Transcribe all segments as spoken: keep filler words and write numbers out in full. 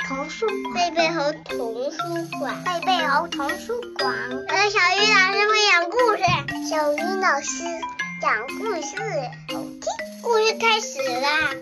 童书贝贝猴童书馆， 贝贝猴童书馆。 我的小鱼老师会讲故事， 小鱼老师讲故事， 好听。故事开始啦！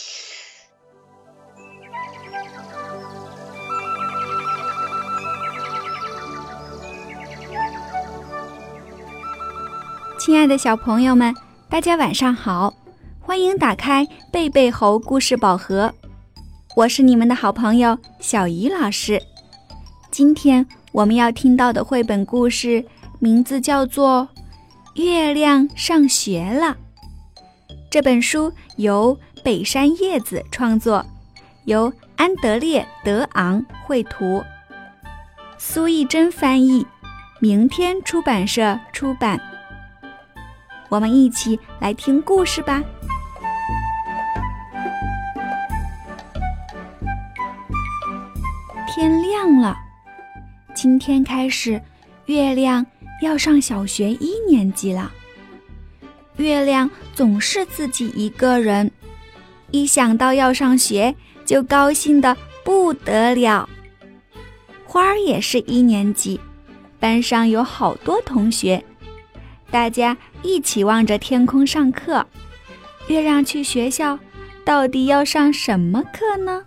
亲爱的小朋友们，大家晚上好，欢迎打开贝贝猴故事宝盒，我是你们的好朋友小鱼老师。今天我们要听到的绘本故事名字叫做《月亮上学了》。这本书由北山叶子创作，由安德烈·德昂绘图，苏艺珍翻译，明天出版社出版。我们一起来听故事吧。天亮了，今天开始，月亮要上小学一年级了。月亮总是自己一个人，一想到要上学，就高兴得不得了。花儿也是一年级，班上有好多同学。大家一起望着天空上课，月亮去学校，到底要上什么课呢？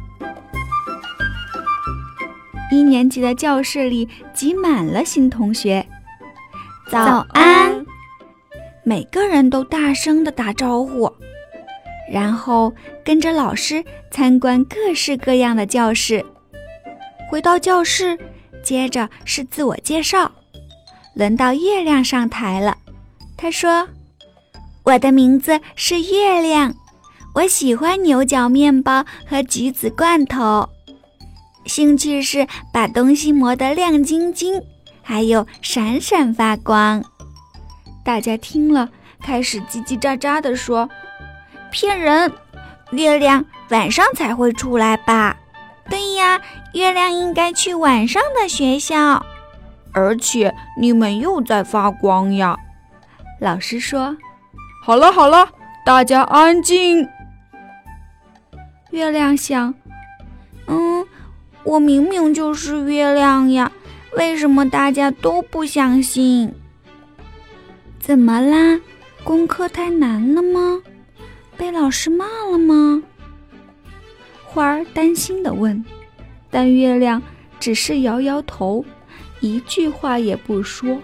一年级的教室里挤满了新同学。早安！每个人都大声地打招呼，然后跟着老师参观各式各样的教室。回到教室，接着是自我介绍。轮到月亮上台了，他说：我的名字是月亮，我喜欢牛角面包和橘子罐头，兴趣是把东西磨得亮晶晶，还有闪闪发光。大家听了开始叽叽喳喳地说：骗人，月亮晚上才会出来吧？对呀，月亮应该去晚上的学校。而且你们又在发光呀。老师说：好了好了，大家安静。月亮想，嗯，我明明就是月亮呀，为什么大家都不相信？怎么啦？功课太难了吗？被老师骂了吗？花儿担心地问，但月亮只是摇摇头，一句话也不说。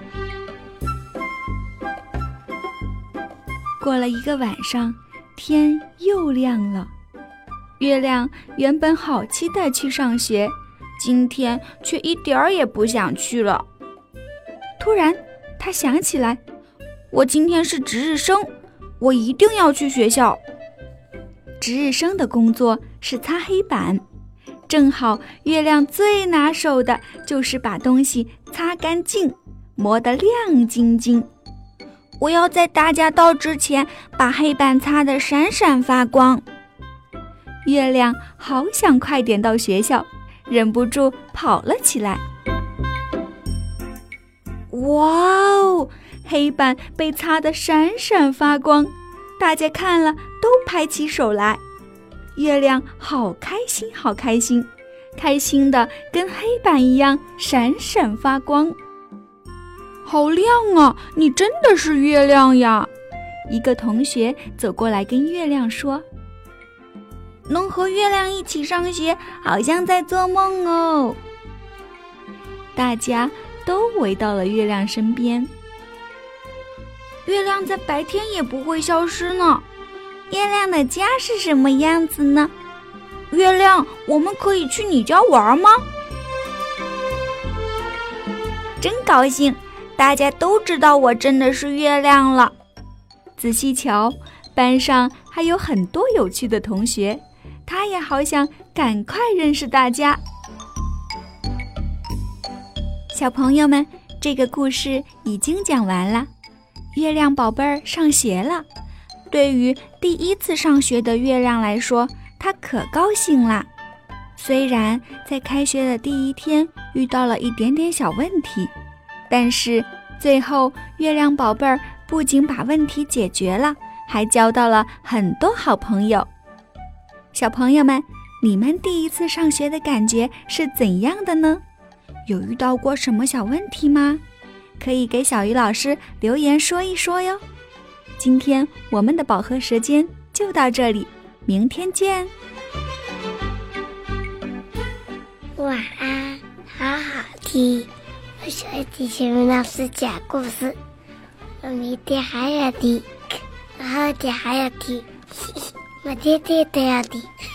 过了一个晚上，天又亮了。月亮原本好期待去上学，今天却一点儿也不想去了。突然，他想起来，我今天是值日生，我一定要去学校。值日生的工作是擦黑板。正好月亮最拿手的就是把东西擦干净，磨得亮晶晶。我要在大家到之前把黑板擦得闪闪发光。月亮好想快点到学校，忍不住跑了起来。哇哦，黑板被擦得闪闪发光，大家看了都拍起手来。月亮好开心好开心，开心的跟黑板一样闪闪发光。好亮啊，你真的是月亮呀！一个同学走过来跟月亮说，能和月亮一起上学，好像在做梦哦。大家都围到了月亮身边。月亮在白天也不会消失呢。月亮的家是什么样子呢？月亮，我们可以去你家玩吗？真高兴，大家都知道我真的是月亮了。仔细瞧，班上还有很多有趣的同学，他也好想赶快认识大家。小朋友们，这个故事已经讲完了。月亮宝贝儿上学了。对于第一次上学的月亮来说，他可高兴啦。虽然在开学的第一天遇到了一点点小问题，但是最后月亮宝贝儿不仅把问题解决了，还交到了很多好朋友。小朋友们， 你们第一次上学的感觉是怎样的呢？有遇到过什么小问题吗？可以给小鱼老师留言说一说哟。今天我们的饱和时间就到这里，明天见。 晚安，好好听。我喜欢听小鱼老师讲故事，我明天还要听，我后天还要听，我天天都要听。